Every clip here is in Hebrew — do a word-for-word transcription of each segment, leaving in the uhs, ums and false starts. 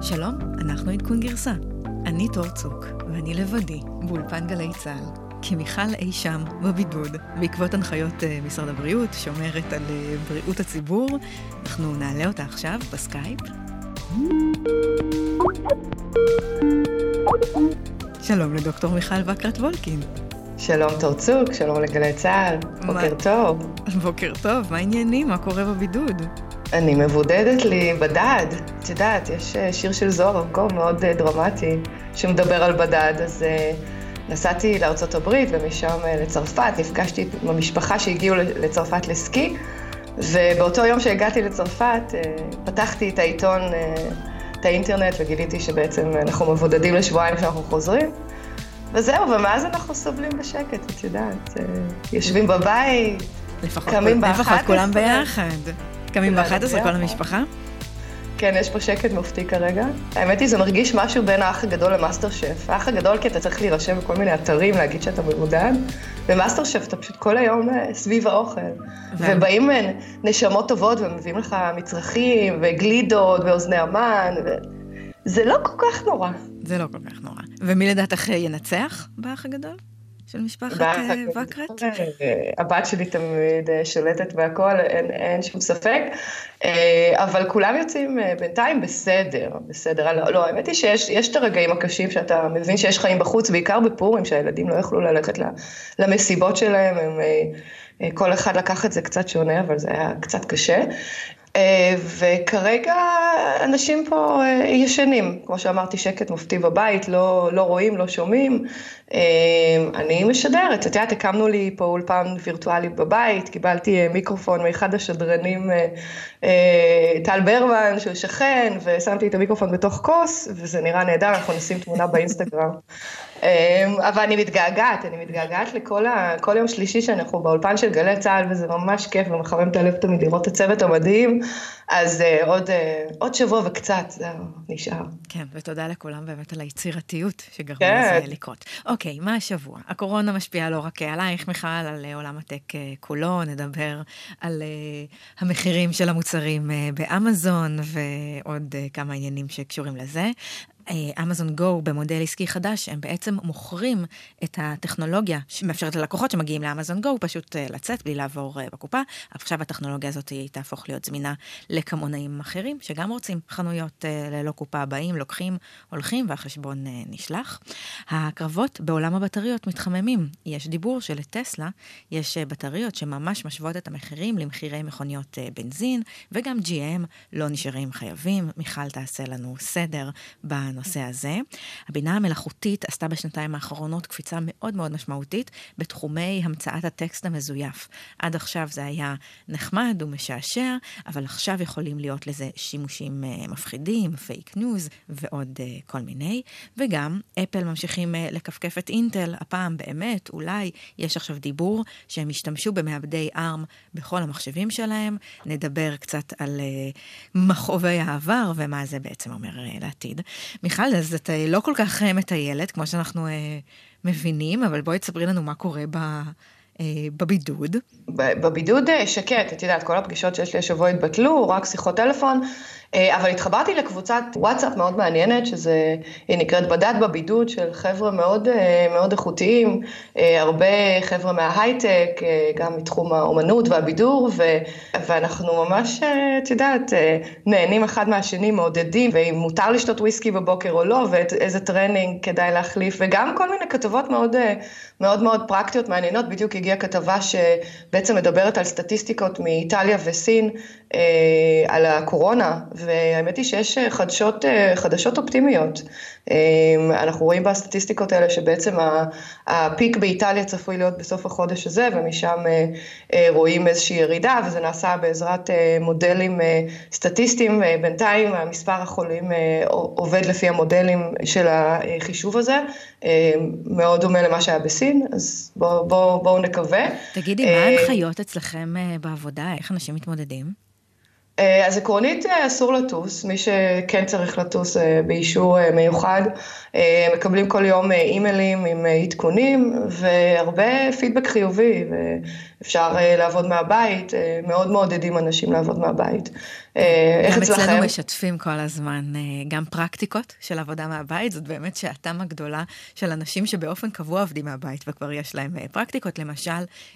שלום, אנחנו עדכון גרסה. אני תור צוק, ואני לבדי, באולפן גלי צהל. כי מיכל אי שם בבידוד, בעקבות הנחיות משרד הבריאות, שומרת על בריאות הציבור. אנחנו נעלה אותה עכשיו בסקייפ. שלום לדוקטור מיכל וקרת וולקין. שלום תור צוק, שלום לגלי צהל. בוקר טוב. בוקר טוב, מה העניינים? מה קורה בבידוד? אני מבודדת לי בדד. את יודעת, יש שיר של זוהר ארגוב מאוד דרמטי שמדבר על בדד, אז נסעתי לארצות הברית ומשם לצרפת, נפגשתי עם המשפחה שהגיעו לצרפת לסקי, ובאותו יום שהגעתי לצרפת פתחתי את העיתון, את האינטרנט, וגיליתי שבעצם אנחנו מבודדים לשבועיים כשאנחנו חוזרים, וזהו, ומאז אנחנו סובלים בשקט, את יודעת, יושבים בבית, קמים באחת עשרה. לפחות כולם ביחד. קמים באחת עשרה כל המשפחה? כן, יש פה שקט מופתי כרגע. האמת היא, זה מרגיש משהו בין האח הגדול למאסטר שף. האח הגדול כי אתה צריך להירשם בכל מיני אתרים, להגיד שאתה מבודד, ומאסטר שף אתה פשוט כל היום סביב האוכל. ובאים נשמות טובות ומביאים לך מצרכים וגלידות ואוזני המן, וזה לא כל כך נורא. זה לא כל כך נורא. ומי לדעתך ינצח באח הגדול? של משפחת וקרת? הבת שלי תמיד שולטת בהכל, אין, אין שום ספק, אבל כולם יוצאים בינתיים בסדר, בסדר. לא, לא, האמת היא שיש יש את הרגעים הקשים שאתה מבין שיש חיים בחוץ, בעיקר בפורים, שהילדים לא יכלו ללכת למסיבות שלהם, הם, כל אחד לקח את זה קצת שונה, אבל זה היה קצת קשה. וכרגע אנשים פה ישנים, כמו שאמרתי, שקט מופתי בבית, לא, לא רואים, לא שומעים. אני משדרת, את יודעת, הקמנו לי פה אולפן וירטואלי בבית, קיבלתי מיקרופון מאחד השדרנים, טל ברמן, שהוא שכן, ושמתי את המיקרופון בתוך כוס, וזה נראה נהדר, אנחנו נשים תמונה באינסטגרם. אבל אני מתגעגעת, אני מתגעגעת לכל ה, כל יום שלישי שאנחנו באולפן של גלי צהל, וזה ממש כיף, ומחמם את הלב תמיד לראות את הצוות המדהים, אז עוד, עוד שבוע וקצת, זה נשאר. כן, ותודה לכולם באמת על היצירתיות שגרמו לזה לקרות. אוקיי, מה השבוע? הקורונה משפיעה לא רק עלייך, מיכל, על עולם הטק כולו, נדבר על המחירים של המוצרים באמזון, ועוד כמה עניינים שקשורים לזה. אמזון גו במודל עסקי חדש, הם בעצם מוכרים את הטכנולוגיה שמאפשרת ללקוחות שמגיעים לאמזון גו, פשוט לצאת בלי לעבור בקופה. עכשיו הטכנולוגיה הזאת היא תהפוך להיות זמינה לקמעונאים אחרים, שגם רוצים חנויות ללא קופה, באים, לוקחים, הולכים, והחשבון נשלח. הקרבות בעולם הבטריות מתחממים. יש דיבור שלטסלה יש בטריות שממש משוות את המחירים למחירי מכוניות בנזין, וגם ג'י אם לא נשארים חייבים. מיכל תעשה לנו סדר בנושא. הנושא הזה. הבינה המלאכותית עשתה בשנתיים האחרונות קפיצה מאוד מאוד משמעותית בתחומי המצאת הטקסט המזויף. עד עכשיו זה היה נחמד ומשעשע, אבל עכשיו יכולים להיות לזה שימושים מפחידים, פייק ניוז ועוד כל מיני. וגם אפל ממשיכים לקפקף את אינטל, הפעם באמת, אולי יש עכשיו דיבור שהם השתמשו במעבדי ארם בכל המחשבים שלהם. נדבר קצת על מכאובי העבר ומה זה בעצם אומר לעתיד. מיכל, אז את לא כל כך מטיילת, כמו שאנחנו אה, מבינים, אבל בואי תספרי לנו מה קורה ב, אה, בבידוד. בבידוד שקט, את יודעת, כל הפגישות שיש לי השבוע התבטלו, רק שיחות טלפון, אה, אבל התחברתי לקבוצת וואטסאפ מאוד מעניינת, שזה, היא נקראת בדד בבידוד, של חבר'ה מאוד, אה, מאוד איכותיים, אה, הרבה חבר'ה מההייטק, אה, גם מתחום האומנות והבידור, ו, ואנחנו ממש, אה, את יודעת, אה, נהנים אחד מהשני, מעודדים, ואם מותר לשתות וויסקי בבוקר או לא, ואיזה טרנינג כדאי להחליף, וגם כל מיני כתבות מאוד, מאוד מאוד פרקטיות מעניינות. בדיוק הגיעה כתבה שבעצם מדברת על סטטיסטיקות מאיטליה וסין, אה, על הקורונה, והאמת היא שיש חדשות, חדשות אופטימיות. אנחנו רואים בסטטיסטיקות האלה שבעצם הפיק באיטליה צפוי להיות בסוף החודש הזה, ומשם רואים איזושהי ירידה, וזה נעשה בעזרת מודלים סטטיסטיים. בינתיים המספר החולים עובד לפי המודלים של החישוב הזה, מאוד דומה למה שהיה בסין, אז בואו בוא, בוא נקווה. תגידי, מה ההנחיות אצלכם בעבודה? איך אנשים מתמודדים? אז עקרונית אסור לטוס, מי שכן צריך לטוס באישור מיוחד, מקבלים כל יום אימיילים עם עדכונים, והרבה פידבק חיובי, אפשר לעבוד מהבית, מאוד מעודדים אנשים לעבוד מהבית. גם אצלנו משתפים כל הזמן גם פרקטיקות של עבודה מהבית, זאת באמת שעתם הגדולה של אנשים שבאופן קבוע עובדים מהבית, וכבר יש להם פרקטיקות, למשל,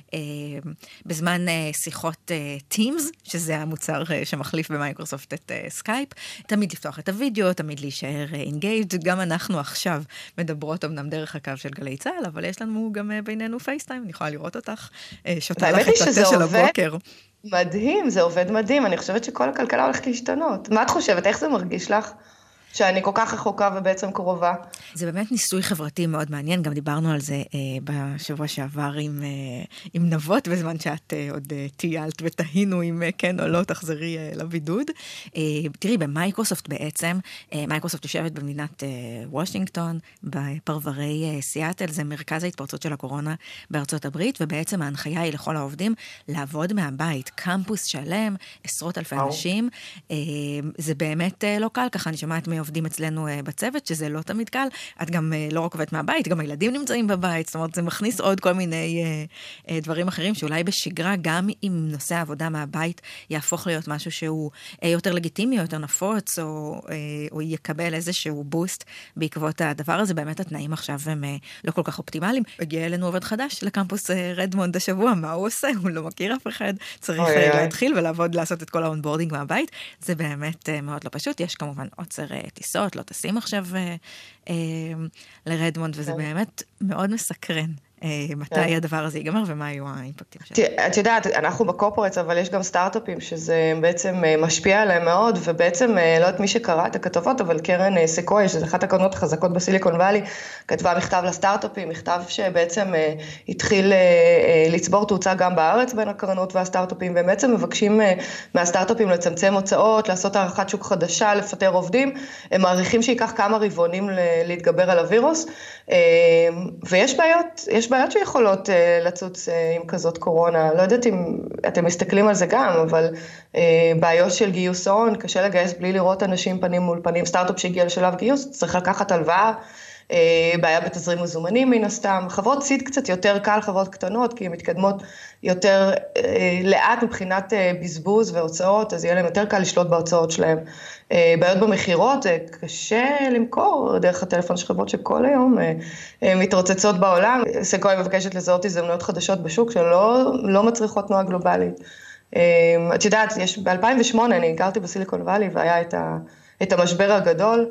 בזמן שיחות Teams, שזה המוצר שמחליף במייקרוסופט את סקייפ, תמיד לפתוח את הוידאו, תמיד להישאר engaged, גם אנחנו עכשיו מדברות אמנם דרך הקו של גלי צהל, אבל יש לנו גם בינינו פייסטיים, אני יכולה לראות אותך, שותה לך את התה של הבוקר. מדהים, זה עובד מדהים, אני חושבת שכל הכלכלה הולכת להשתנות. מה את חושבת, איך זה מרגיש לך? שאני כל כך רחוקה ובעצם קרובה. זה באמת ניסוי חברתי מאוד מעניין, גם דיברנו על זה אה, בשבוע שעבר עם, אה, עם נבות, בזמן שאת אה, עוד אה, טיילת ותהינו אם אה, כן או לא תחזרי אה, לבידוד. אה, תראי, במייקרוסופט בעצם, אה, מייקרוסופט יושבת במדינת אה, וושינגטון, בפרברי אה, סיאטל, זה מרכז ההתפרצות של הקורונה בארצות הברית, ובעצם ההנחיה היא לכל העובדים לעבוד מהבית, קמפוס שלם, עשרות אלפי אנשים, אה, זה באמת אה, לא קל, ככה אני שומעת מי עובדים אצלנו בצוות, שזה לא תמיד קל, את גם לא רק עובדת מהבית, גם הילדים נמצאים בבית, זאת אומרת, זה מכניס עוד כל מיני אה, דברים אחרים, שאולי בשגרה, גם אם נושא העבודה מהבית יהפוך להיות משהו שהוא אה, יותר לגיטימי, או יותר נפוץ, או, אה, או יקבל איזשהו בוסט בעקבות הדבר הזה, באמת התנאים עכשיו הם אה, לא כל כך אופטימליים. הגיע אלינו עובד חדש לקמפוס אה, רדמונד השבוע, מה הוא עושה? הוא לא מכיר אף אחד, צריך אה, להתחיל ולעבוד, לעשות את כל האונבורדינג מהבית, זה באמת אה, מאוד לא פשוט, יש כמובן עוצר אה, טיסות, לא טסים עכשיו אה, אה, לרדמונד, וזה באמת מאוד מסקרן. מתי הדבר הזה ייגמר ומה היו האימפקטים שלו. את יודעת, אנחנו בקורפורטס, אבל יש גם סטארט-אפים שזה בעצם משפיע עליהם מאוד, ובעצם, לא יודעת מי שקרא את הכתבות, אבל קרן סקויה, שזו אחת הקרנות החזקות בסיליקון ואלי, כתבה מכתב לסטארט-אפים, מכתב שבעצם התחיל לצבור תאוצה גם בארץ בין הקרנות והסטארט-אפים, והם בעצם מבקשים מהסטארט-אפים לצמצם הוצאות, לעשות הערכת שוק חדשה, לפטר עובדים, הם מעריכים שיקח כמה רבעונים להתגבר על הווירוס, ויש בעיות, יש בעיות שיכולות uh, לצוץ uh, עם כזאת קורונה, לא יודעת אם אתם מסתכלים על זה גם, אבל uh, בעיות של גיוס הון, קשה לגייס בלי לראות אנשים פנים מול פנים, סטארט-אפ שהגיע לשלב גיוס, צריך לקחת הלוואה, uh, בעיה בתזרים מזומנים מן הסתם, חברות סיד קצת יותר קל, חברות קטנות, כי הן מתקדמות יותר uh, לאט מבחינת uh, בזבוז והוצאות, אז יהיה להם יותר קל לשלוט בהוצאות שלהם. Uh, בעיות במחירות, uh, קשה למכור דרך הטלפון של חברות שכל היום uh, uh, מתרוצצות בעולם. סקויה מבקשת לזהות הזדמנויות חדשות בשוק שלא לא מצריכות תנועה גלובלית. Uh, את יודעת, יש, ב-אלפיים ושמונה אני הכרתי בסיליקון ואלי והיה את, ה, את המשבר הגדול,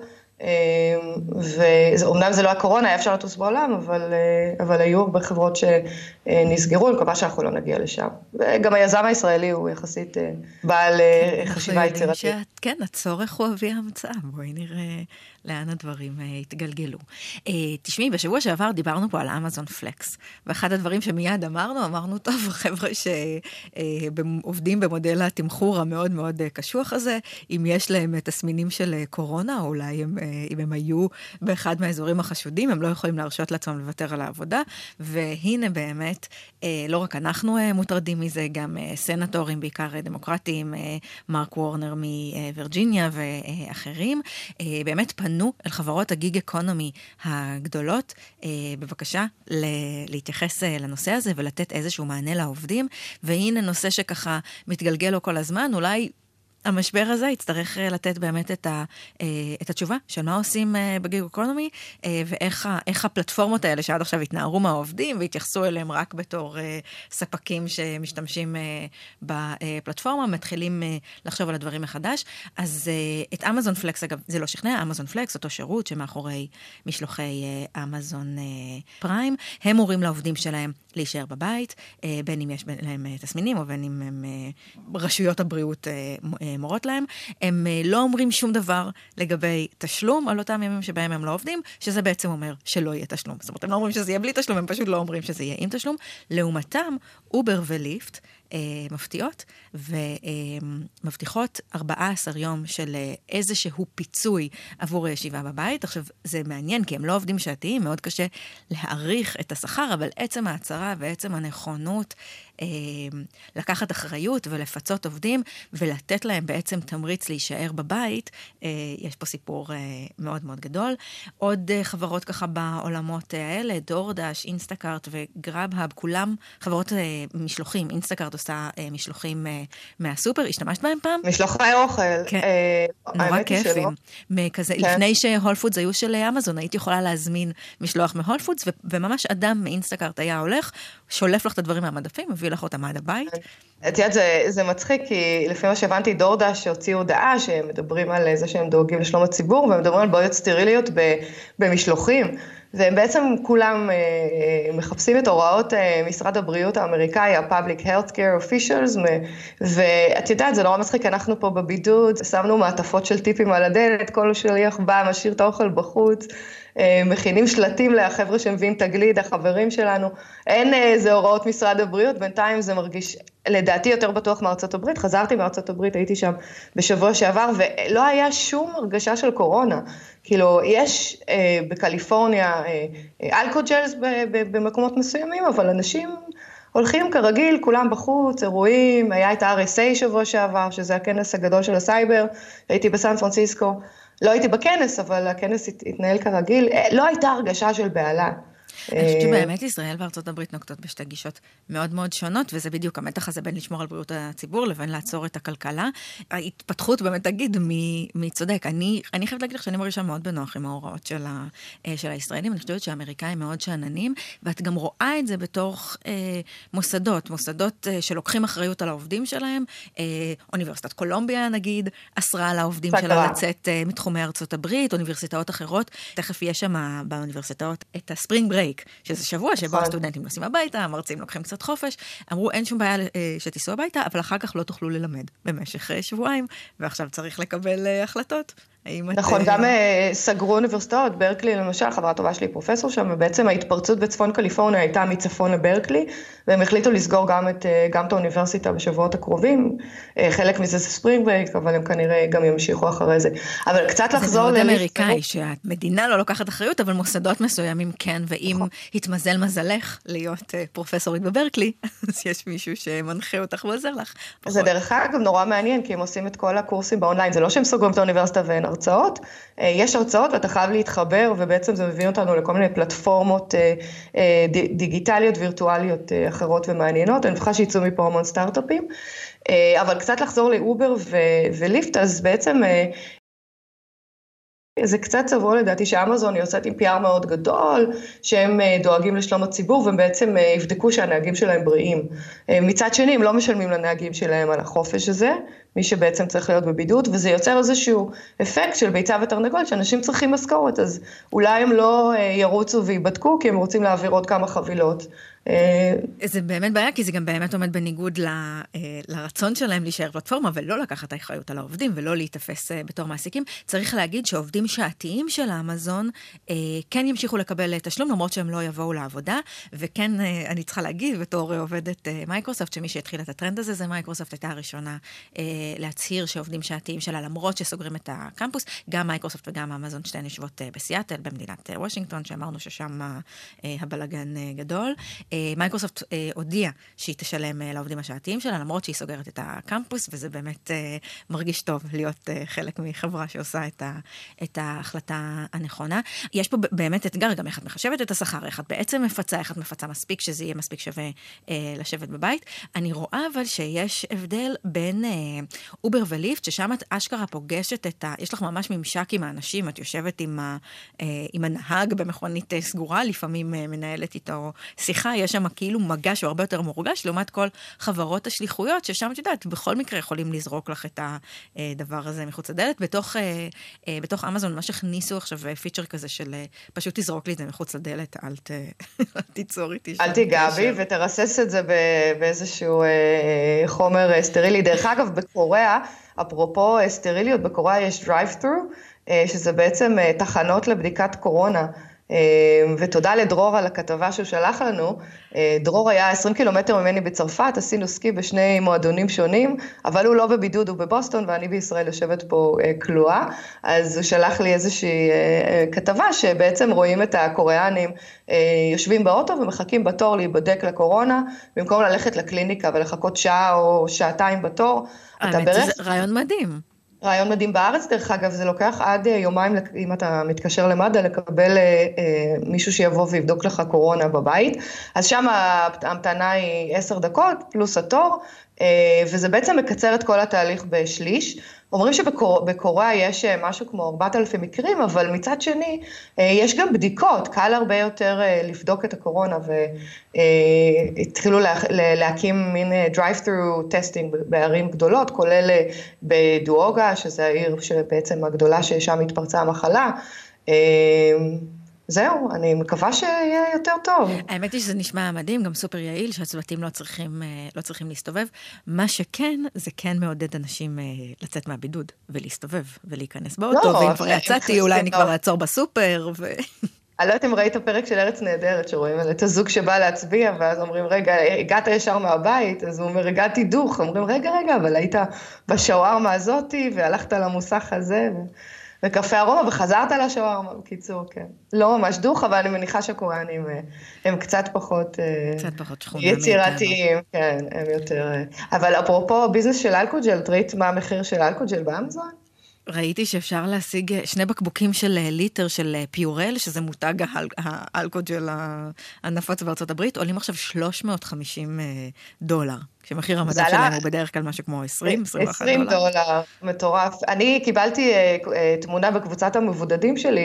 ואומנם זה לא הקורונה, היה אפשר לטוס בעולם, אבל, אבל היו הרבה חברות שנסגרו, אני מקווה שאנחנו לא נגיע לשם. וגם היזם הישראלי הוא יחסית בעל חשיבה יצירתית. כן, הצורך הוא אבי המצאה, בואי נראה לאן הדברים התגלגלו. תשמעי, בשבוע שעבר דיברנו פה על אמזון פלקס, ואחד הדברים שמיד אמרנו, אמרנו, טוב, חבר'ה שעובדים במודל התמחור המאוד מאוד קשוח הזה, אם יש להם תסמינים של קורונה, או אולי הם, אם הם היו באחד מהאזורים החשודים, הם לא יכולים להרשות לעצמם לוותר על העבודה, והנה באמת, לא רק אנחנו מוטרדים מזה, גם סנטורים, בעיקר דמוקרטיים, מרק וורנר מווירג'יניה ואחרים, באמת פנו אל חברות הגיג אקונומי הגדולות, בבקשה להתייחס לנושא הזה ולתת איזשהו מענה לעובדים, והנה נושא שככה מתגלגל לו כל הזמן, אולי המשבר הזה יצטרך לתת באמת את, ה, את התשובה של מה עושים בגיג אקונומי, ואיך איך הפלטפורמות האלה שעד עכשיו התנערו מהעובדים, והתייחסו אליהם רק בתור ספקים שמשתמשים בפלטפורמה, מתחילים לחשוב על הדברים מחדש. אז את אמזון פלקס, אגב, זה לא שכנע, אמזון פלקס, אותו שירות שמאחורי משלוחי אמזון פריים, הם מורים לעובדים שלהם להישאר בבית, בין אם יש להם תסמינים, או בין אם הם רשויות הבריאות מורות להם, הם לא אומרים שום דבר לגבי תשלום, על אותם ימים שבהם הם לא עובדים, שזה בעצם אומר שלא יהיה תשלום. זאת אומרת, הם לא אומרים שזה יהיה בלי תשלום, הם פשוט לא אומרים שזה יהיה עם תשלום. לעומתם, אובר וליפט, מפתיעות, ומבטיחות ארבעה עשר יום של איזשהו פיצוי עבור הישיבה בבית. עכשיו, זה מעניין, כי הם לא עובדים שעתיים, מאוד קשה להעריך את השכר, אבל עצם ההצהרה ועצם הנכונות לקחת אחריות ולפצות עובדים, ולתת להם בעצם תמריץ להישאר בבית, יש פה סיפור מאוד מאוד גדול. עוד חברות ככה בעולמות האלה, דורדש, אינסטקארט וגראב-האב, כולם חברות משלוחים. אינסטקארט עושה משלוחים מהסופר, השתמשת בהם פעם? משלוחי אוכל. כן, נורא כיפים. לפני שהול פודס היו של אמזון, הייתי יכולה להזמין משלוח מהול פודס, וממש אדם מאינסטקארט היה הולך, שולף לך את הדברים מהמדפים, מביא לך אותם עד הבית. את יודעת, זה, זה מצחיק, כי לפי מה שהבנתי, דורדש שהוציאו הודעה, שהם מדברים על זה שהם דואגים לשלום הציבור, והם מדברים על בעיות סטריליות במשלוחים, והם בעצם כולם אה, מחפשים את הוראות אה, משרד הבריאות האמריקאי, ה-Public Health Care Officials, ואת יודעת, זה נורא מצחיק, אנחנו פה בבידוד, שמנו מעטפות של טיפים על הדלת, כל שליח בא, משאיר את האוכל בחוץ, אה, מכינים שלטים לחבר'ה שמביאים תגליד, החברים שלנו, אין איזה הוראות משרד הבריאות, בינתיים זה מרגיש, לדעתי יותר בטוח מארצות הברית, חזרתי מארצות הברית, הייתי שם בשבוע שעבר, ולא היה שום הרגשה של קורונה, כאילו, יש אה, בקליפורניה אה, אה, אלכוג'לס במקומות מסוימים, אבל אנשים הולכים כרגיל, כולם בחוץ, אירועים, היה את ה-אר אס איי שבוע שעבר, שזה הכנס הגדול של הסייבר, הייתי בסן פרנסיסקו, לא הייתי בכנס, אבל הכנס התנהל כרגיל, לא הייתה הרגשה של בעלה. אני חושבת שבאמת ישראל וארצות הברית נוקטות בשתי גישות מאוד מאוד שונות, וזה בדיוק המתח הזה בין לשמור על בריאות הציבור לבין לעצור את הכלכלה. ההתפתחות באמת תגיד מי צודק. אני, אני חייבת להגיד לך שאני מרגישה מאוד בנוח עם ההוראות של, ה, של הישראלים. אני חושבת שהאמריקאים מאוד שעננים, ואת גם רואה את זה בתוך אה, מוסדות, מוסדות אה, שלוקחים אחריות על העובדים שלהם. אה, אוניברסיטת קולומביה, נגיד, אסרה על העובדים שלה לצאת אה, מתחומי ארצות הברית, אוניברסיטאות אחרות. תכף יש שם באוניברסיטאות את הספרינג ברייק, שזה שבוע שבו הסטודנטים נוסעים הביתה, המרצים לוקחים קצת חופש, אמרו אין שום בעיה שתיסעו הביתה, אבל אחר כך לא תוכלו ללמד במשך שבועיים, ועכשיו צריך לקבל החלטות. נכון, גם סגרו אוניברסיטאות, ברקלי למשל, חברה טובה שלי פרופסור שם, ובעצם ההתפרצות בצפון קליפורניה הייתה מצפון לברקלי, והם החליטו לסגור גם את, גם את האוניברסיטה בשבועות הקרובים, חלק מזה זה ספרינג ברייק, אבל הם כנראה גם ימשיכו אחרי זה. אבל קצת לחזור... זה מאוד אמריקאי, שהמדינה לא לוקחת אחריות, אבל מוסדות מסוימים כן, ואם התמזל מזלך להיות פרופסורית בברקלי, אז יש מישהו שמנחה אותך ועוזר לך. זה דרך אגב נורא מעניין, כי הם עושים את כל הקורסים באונליין, זה לא שהם סוגרים את האוניברסיטה ואין הרצאות, יש הרצאות ואתה חייב להתחבר, ובעצם זה מביא אותנו לכל מיני פלטפורמות דיגיטליות, וירטואליות אחרות ומעניינות, אני מפחד שיצאו מפה המון סטארט-אפים, אבל קצת לחזור לאובר וליפט, אז בעצם זה קצת צבוע לדעתי שאמזון יוצאת עם פי אר מאוד גדול, שהם דואגים לשלום הציבור, והם בעצם יבדקו שהנהגים שלהם בריאים. מצד שני, הם לא משלמים לנהגים שלהם על החופש הזה, מי שבעצם צריך להיות בבידוד, וזה יוצר איזשהו אפקט של ביצה ותרנגול, שאנשים צריכים משכורת, אז אולי הם לא ירוצו ויבדקו, כי הם רוצים להעביר עוד כמה חבילות. זה באמת בעיה, כי זה גם באמת עומד בניגוד ל, לרצון שלהם להישאר פלטפורמה, ולא לקחת האחריות על העובדים, ולא להתאפס בתור מעסיקים. צריך להגיד שעובדים שעתיים של האמזון, כן ימשיכו לקבל תשלום, למרות שהם לא יבואו לעבודה, וכן, אני צריכה להגיד, בתור עובדת מייקרוסופט, שמי שהתחיל את הטרנד הזה, זה מייקרוסופט הייתה הראשונה להצהיר שעובדים שעתיים שלה, למרות שסוגרים את הקמפוס, גם מייקרוסופט וגם אמזון שתיהן יושבות בסיאטל, במדינת וושינגטון, שאמרנו ששם הבלגן גדול. מייקרוסופט הודיעה שהיא תשלם לעובדים השעתיים שלה, למרות שהיא סוגרת את הקמפוס, וזה באמת מרגיש טוב להיות חלק מחברה שעושה את, ה, את ההחלטה הנכונה. יש פה באמת אתגר, גם איך את מחשבת את השכר, איך את בעצם מפצה, איך את מפצה מספיק, שזה יהיה מספיק שווה לשבת בבית. אני רואה אבל שיש הבדל בין אובר וליפט, ששם את אשכרה פוגשת את ה... יש לך ממש ממשק עם האנשים, את יושבת עם, ה, עם הנהג במכונית סגורה, לפעמים מנהלת איתו שיחה, יש שם כאילו מגע שהוא הרבה יותר מורגש, לעומת כל חברות השליחויות, ששם את יודעת, בכל מקרה יכולים לזרוק לך את הדבר הזה מחוץ לדלת. בתוך, בתוך אמזון, ממש הכניסו עכשיו פיצ'ר כזה של פשוט תזרוק לי את זה מחוץ לדלת, אל ת... תיצור איתי. אל תיגע בי ותרסס את זה באיזשהו חומר סטרילי. דרך אגב, בקוריאה, אפרופו סטריליות, בקוריאה יש drive-thru, שזה בעצם תחנות לבדיקת קורונה, ותודה לדרור על הכתבה שהוא שלח לנו. דרור היה עשרים קילומטר ממני בצרפת, עשינו סקי בשני מועדונים שונים, אבל הוא לא בבידוד, הוא בבוסטון, ואני בישראל יושבת פה כלואה, אז הוא שלח לי איזושהי כתבה, שבעצם רואים את הקוריאנים יושבים באוטו ומחכים בתור להיבדק לקורונה, במקום ללכת לקליניקה ולחכות שעה או שעתיים בתור. האמת, זה רעיון מדהים. רעיון מדהים בארץ, דרך אגב, זה לוקח עד יומיים, אם אתה מתקשר למד"א, לקבל אה, מישהו שיבוא ויבדוק לך קורונה בבית, אז שם ההמתנה היא עשר דקות, פלוס התור, אה, וזה בעצם מקצר את כל התהליך בשליש. אומרים שבקוריאה יש משהו כמו ארבעת אלפים מקרים, אבל מצד שני, יש גם בדיקות, קל הרבה יותר לבדוק את הקורונה, והתחילו להקים מין drive-through testing בערים גדולות, כולל בדואוגה, שזה העיר שבעצם הגדולה ששם התפרצה המחלה, זהו, אני מקווה שיהיה יותר טוב. האמת היא שזה נשמע מדהים, גם סופר יעיל, שהצוותים לא צריכים, לא צריכים להסתובב. מה שכן, זה כן מעודד אנשים לצאת מהבידוד, ולהסתובב, ולהיכנס באוטו, ואם כבר יצאתי, אולי אני כבר לעצור בסופר, ו... אני לא יודעת אם ראית פרק של ארץ נהדרת, שרואים את הזוג שבא להצביע, ואז אומרים, רגע, הגעת ישר מהבית, אז הוא אומר, הגעתי דוך, אומרים, רגע, רגע, אבל היית בשווארמה הזאתי, והלכת למוסך הזה, ו... וקפה ארומה, וחזרת לשווארמה, בקיצור, כן. לא ממש דוך, אבל אני מניחה שהקוריאנים הם קצת פחות... קצת פחות שכונה. יצירתיים, כן, הם יותר... אבל אפרופו ביזנס של אלכוג'ל, ראית מה המחיר של אלכוג'ל באמזון? ראיתי שאפשר להשיג שני בקבוקים של ליטר של פיורל, שזה מותג האלכוג'ל הנפוץ בארצות הברית, עולים עכשיו שלוש מאות וחמישים דולר. כשמחיר המדף שלהם הוא בדרך כלל משהו כמו עשרים, עשרים ואחת דולר. עשרים דולר, מטורף. אני קיבלתי תמונה בקבוצת המבודדים שלי,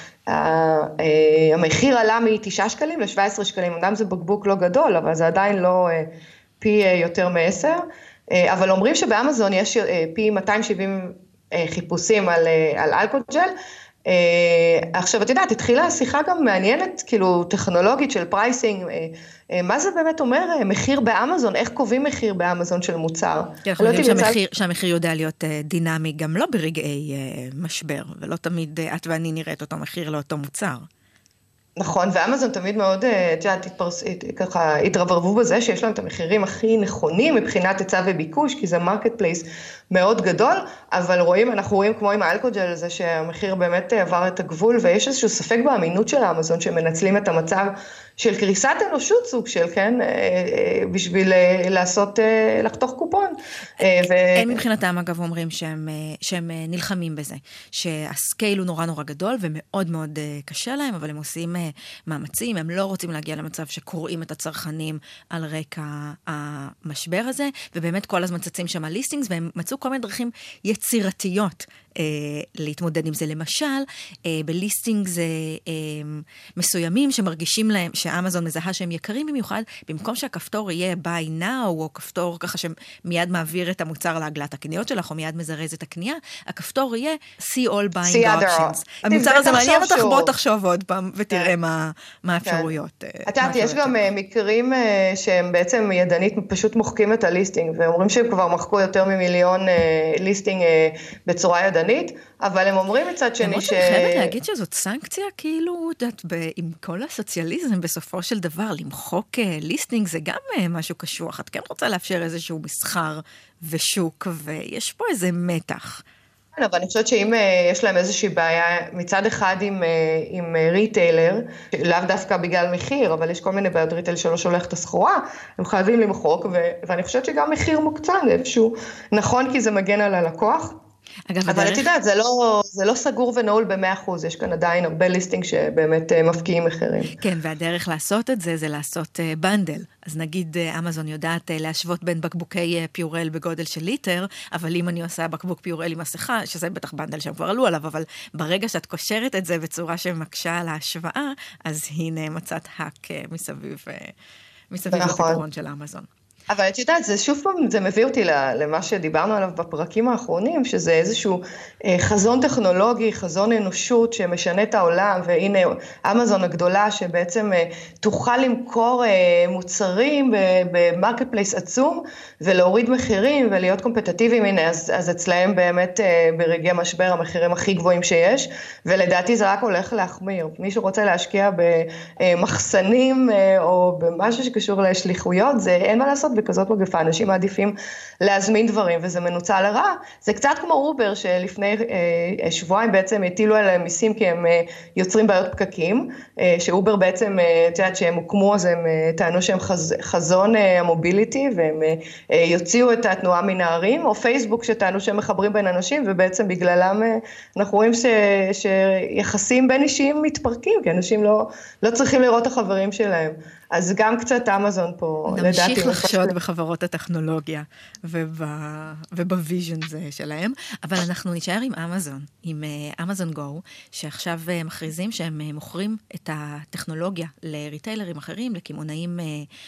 המחיר עלה מ-תשעה שקלים ל-שבעה עשר שקלים, אמנם זה בקבוק לא גדול, אבל זה עדיין לא פי יותר מ-עשר, אבל אומרים שבאמזון יש פי מאתיים שבעים חיפושים על, על אלכוג'ל. עכשיו, את יודעת, התחילה שיחה גם מעניינת, כאילו, טכנולוגית של פרייסינג, מה זה באמת אומר, מחיר באמזון, איך קובעים מחיר באמזון של מוצר? כן, אנחנו יודעים שהמחיר, שהמחיר יודע להיות דינמי, גם לא ברגעי משבר, ולא תמיד את ואני נראית אותו מחיר לאותו מוצר. נכון, ואמזון תמיד מאוד, ככה, התרברבו בזה שיש להם את המחירים הכי נכונים מבחינת היצע וביקוש, כי זה מרקט פלייס מאוד גדול, אבל רואים, אנחנו רואים כמו עם האלכוג'ל, זה שהמחיר באמת עבר את הגבול, ויש איזשהו ספק באמינות של אמזון, שמנצלים את המצב של קריסת אנושות סוג של, כן, בשביל לעשות, לחתוך קופון. אין מבחינתם, אגב, אומרים שהם, שהם נלחמים בזה, שהסקייל הוא נורא נורא גדול, ומאוד מאוד קשה להם, אבל הם עושים מאמצים, הם לא רוצים להגיע למצב שקוראים את הצרכנים על רקע המשבר הזה, ובאמת כל הזמן צצים שם הליסטינגס, והם מצאו כל מיני דרכים יצירתיות אה, להתמודד עם זה. למשל, אה, בליסטינגס אה, אה, מסוימים שמרגישים להם, שאמזון מזהה שהם יקרים במיוחד, במקום שהכפתור יהיה buy now, או כפתור ככה שמיד מעביר את המוצר לעגלת הקניות שלך, או מיד מזרז את הקנייה, הכפתור יהיה see all buying options. המוצר הזה מעניין אותך, בוא תחשוב עוד פעם, ותראה מה האפשרויות. את יודעת, יש גם מקרים שהם בעצם ידנית פשוט מוחקים את הליסטינג, ואומרים שהם כבר מחקו יותר ממיליון ליסטינג בצורה ידנית, אבל הם אומרים מצד שני ש... אני חייבת להגיד שזאת סנקציה, כאילו, עם כל הסוציאליזם בסופו של דבר, למחוק ליסטינג זה גם משהו קשוח. את כן רוצה לאפשר איזשהו מסחר ושוק, ויש פה איזה מתח. אבל אני חושבת שאם יש להם איזושהי בעיה, מצד אחד עם, עם ריטיילר, לאו דווקא בגלל מחיר, אבל יש כל מיני בעיות ריטיילר שלא שולח את הסחורה, הם חייבים למחוק, ו, ואני חושבת שגם מחיר מוקצן איפשהו, נכון כי זה מגן על הלקוח, אגב, אבל הדרך... את יודעת, זה לא, זה לא סגור ונעול ב-מאה אחוז, יש כאן עדיין הרבה ליסטינג שבאמת מפקיעים מחירים. כן, והדרך לעשות את זה, זה לעשות בנדל. אז נגיד, אמזון יודעת להשוות בין בקבוקי פיורל בגודל של ליטר, אבל אם אני עושה בקבוק פיורל עם מסכה, שזה בטח בנדל שהם כבר עלו עליו, אבל ברגע שאת קושרת את זה בצורה שמקשה על ההשוואה, אז הנה מצאת האק מסביב, מסביב לפתרון של אמזון. אבל את יודעת, זה שוב פעם, זה מביא אותי למה שדיברנו עליו בפרקים האחרונים, שזה איזשהו חזון טכנולוגי, חזון אנושות שמשנה את העולם, והנה אמזון הגדולה שבעצם תוכל למכור מוצרים במרקט פלייס עצום, ולהוריד מחירים ולהיות קומפטטיביים, הנה, אז, אז אצלהם באמת ברגעי משבר המחירים הכי גבוהים שיש, ולדעתי זה רק הולך להחמיר. מישהו רוצה להשקיע במחסנים או במשהו שקשור לשליחויות, זה אין מה לעשות בכזאת מגפה, אנשים מעדיפים להזמין דברים, וזה מנוצל לרע. זה קצת כמו אובר, שלפני אה, שבועיים בעצם הטילו עליהם מיסים, כי הם אה, יוצרים בעיות פקקים, אה, שאובר בעצם, אה, את יודעת, שהם הוקמו, אז הם אה, טענו שהם חז, חזון אה, המוביליטי, והם אה, יוציאו את התנועה מן הערים, או פייסבוק שטענו שהם מחברים בין אנשים, ובעצם בגללם אה, אנחנו רואים ש, שיחסים בין אישיים מתפרקים, כי אנשים לא, לא צריכים לראות את החברים שלהם. אז גם קצת אמזון פה, לדעתי. נמשיך לחשוד בחברות הטכנולוגיה ובוויז'ן שלהם, אבל אנחנו נשאר עם אמזון, עם אמזון גו, שעכשיו מכריזים שהם מוכרים את הטכנולוגיה לריטיילרים אחרים, לכימונאים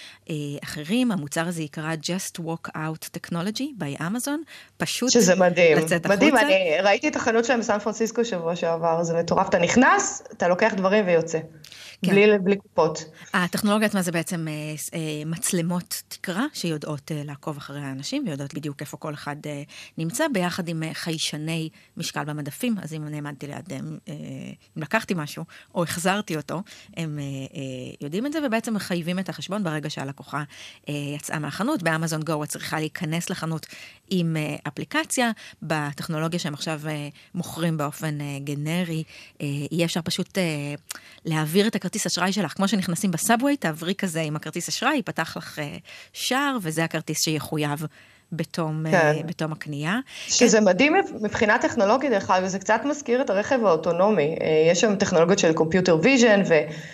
אחרים. המוצר הזה יקרא Just Walk Out Technology by Amazon, פשוט שזה מדהים, לצאת מדהים, החוצה. אני ראיתי את החנות שלהם בסן פרנסיסקו שבוע שעבר, זה מטורף, אתה נכנס, אתה לוקח דברים ויוצא. כן. בלי, בלי קופות. הטכנולוגיה עצמה זה בעצם אה, אה, מצלמות תקרה, שיודעות אה, לעקוב אחרי האנשים, ויודעות בדיוק איפה כל אחד אה, נמצא, ביחד עם אה, חיישני משקל במדפים, אז אם נעמדתי לידם, אה, אם לקחתי משהו, או החזרתי אותו, הם אה, אה, יודעים את זה, ובעצם מחייבים את החשבון ברגע שהלקוחה אה, יצאה מהחנות. באמזון גו את צריכה להיכנס לחנות עם אה, אפליקציה, בטכנולוגיה שהם עכשיו אה, מוכרים באופן אה, גנרי, אה, יהיה אפשר פשוט אה, להעביר את הכרטיס אשראי שלך, כמו שנכנסים בסאבווי, תעברי כזה עם הכרטיס אשראי, ייפתח לך שער, וזה הכרטיס שיחויב בתום, כן. בתום הקנייה. שזה כן. מדהים מבחינה טכנולוגית, דרך אגב, וזה קצת מזכיר את הרכב האוטונומי. יש שם טכנולוגיות של קומפיוטר ויז'ן,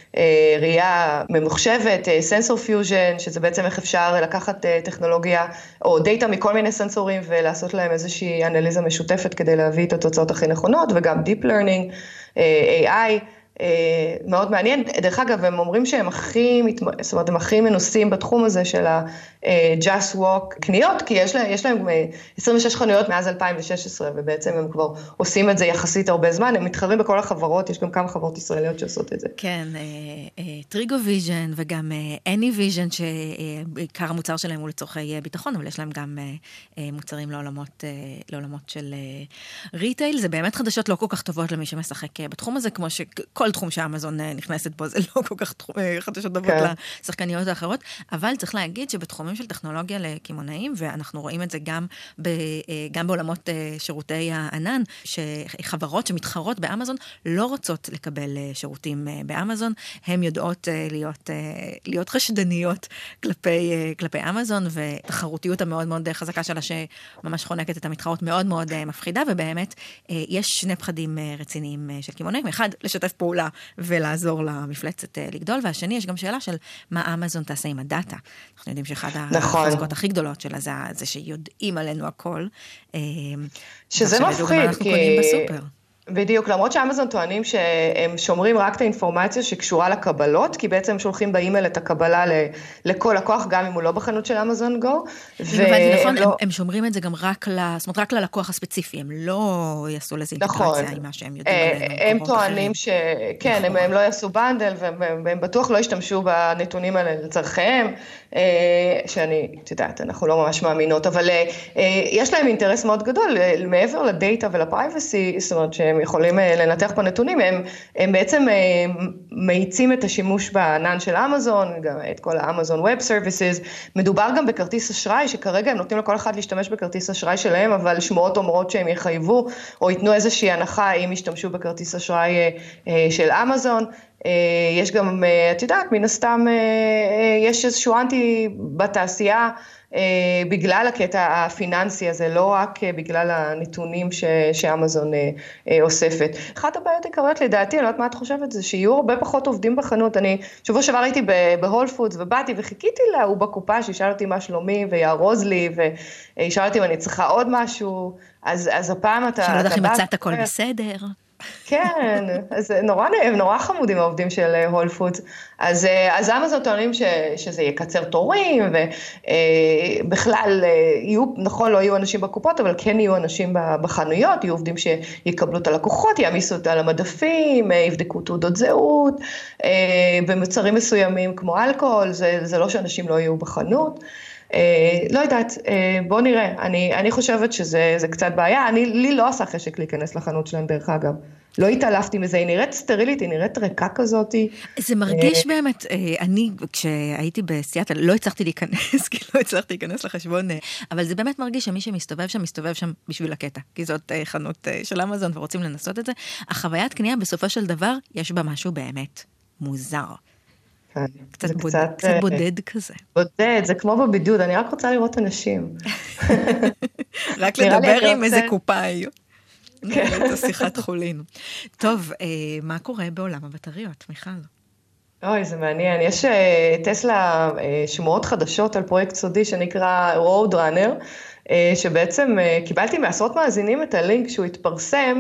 וראייה ממוחשבת, סנסור פיוז'ן, שזה בעצם איך אפשר לקחת טכנולוגיה, או דאטה מכל מיני סנסורים, ולעשות להם איזושהי אנליזה משותפת, כדי להביא את התוצאות הכי נכונות, וגם Deep Learning, איי איי, מאוד מעניין. דרך אגב, הם אומרים שהם הכי, זאת אומרת, הם הכי מנוסים בתחום הזה של ה-Just Walk קניות, כי יש להם, יש להם עשרים ושש חנויות מאז אלפיים ושש עשרה, ובעצם הם כבר עושים את זה יחסית הרבה זמן, הם מתחרים בכל החברות, יש גם כמה חברות ישראליות שעושות את זה. כן, טריגו ויז'ן וגם אני ויז'ן, שעיקר המוצר שלהם הוא לצורכי ביטחון, אבל יש להם גם מוצרים לעולמות, לעולמות של ריטייל. זה באמת חדשות לא כל כך טובות למי שמשחק בתחום הזה, כמו שכל תחום שאמזון נכנסת בו, זה לא כל כך חדשות טובות לשחקניות האחרות, אבל צריך להגיד שבתחומים של טכנולוגיה לכימונאים, ואנחנו רואים את זה גם, ב, גם בעולמות שירותי הענן, שחברות שמתחרות באמזון לא רוצות לקבל שירותים באמזון, הן יודעות להיות, להיות חשדניות כלפי, כלפי אמזון, ותחרותיות המאוד מאוד חזקה שלה, שממש חונקת את המתחרות מאוד מאוד מפחידה, ובאמת יש שני פחדים רציניים של כימונאים, אחד, לשתף פעולה ולעזור למפלצת לגדול, והשני, יש גם שאלה של מה אמזון תעשה עם הדאטה. אנחנו יודעים שאחד נכון. החזקות הכי גדולות שלה זה, זה שיודעים עלינו הכל. שזה מפחיד, אנחנו כי... קונים בסופר. בדיוק, למרות שאמזון טוענים שהם שומרים רק את האינפורמציה שקשורה לקבלות, כי בעצם הם שולחים באימייל את הקבלה לכל לקוח, גם אם הוא לא בחנות של אמזון גו. נכון, הם שומרים את זה גם רק, זאת אומרת, רק ללקוח הספציפי, הם לא יעשו לזה אינטגרציה עם מה שהם יודעים עלינו. הם טוענים שכן, הם לא יעשו בנדל, והם בטוח לא ישתמשו בנתונים האלה לצרכיהם, שאני, את יודעת, אנחנו לא ממש מאמינות, אבל יש להם אינטרס מאוד גדול, מעבר לדאטה ולפרייבסי, זאת אומרת שהם יכולים לנתח פה נתונים, הם, הם בעצם מאיצים את השימוש בענן של אמזון, גם את כל האמזון ווב סרוויסס, מדובר גם בכרטיס אשראי, שכרגע הם נותנים לכל אחד להשתמש בכרטיס אשראי שלהם, אבל שמועות אומרות שהם יחייבו, או ייתנו איזושהי הנחה אם ישתמשו בכרטיס אשראי של אמזון, יש גם, את יודעת, מן הסתם, יש איזשהו אנטי בתעשייה, בגלל הקטע הפיננסי הזה, לא רק בגלל הנתונים שאמזון אוספת. אחת הבעיות העיקריות לדעתי, אני לא יודעת מה את חושבת, זה שיהיו הרבה פחות עובדים בחנות. אני שבוע שעבר הייתי בהול פודס ובאתי וחיכיתי לה, הוא בקופה שישאל אותי מה שלומי ויערוז לי, וישאל אותי אם אני צריכה עוד משהו, אז, אז הפעם אתה... שלא יודעת אם מצאת הכל בסדר. כן, אז נורא נעים, נורא חמודים העובדים של הול פודס. אז, אז אמזון טוענים ש, שזה יקצר תורים, ובכלל יהיו, נכון, לא יהיו אנשים בקופות, אבל כן יהיו אנשים בחנויות, יהיו עובדים שיקבלו את הלקוחות, יעמיסו אותה על המדפים, יבדקו תעודות זהות, במוצרים מסוימים כמו אלכוהול, זה, זה לא שאנשים לא יהיו בחנות. לא יודעת, בוא נראה, אני, אני חושבת שזה זה קצת בעיה, אני, לי לא עשה חשק להיכנס לחנות שלהם דרך אגב, לא התעלפתי מזה, היא נראית סטרילית, היא נראית ריקה כזאת. זה מרגיש באמת, אני כשהייתי בסיאטל לא הצלחתי להיכנס, כי לא הצלחתי להיכנס לחשבון, אבל זה באמת מרגיש שמי שמסתובב שם, מסתובב שם בשביל הקטע, כי זאת חנות של אמזון ורוצים לנסות את זה, החוויית קנייה בסופו של דבר, יש בה משהו באמת מוזר. קצת, בוד... קצת, קצת בודד כזה. בודד, זה כמו בבידוד, אני רק רוצה לראות אנשים. רק לדבר עם איזה קופאי. כן. את שיחת חולין. טוב, מה קורה בעולם הבטריות, מיכל? אוי, זה מעניין. יש טסלה שמועות חדשות על פרויקט סודי שנקרא Road Runner, שבעצם קיבלתי מעשרות מאזינים את הלינק שהוא התפרסם,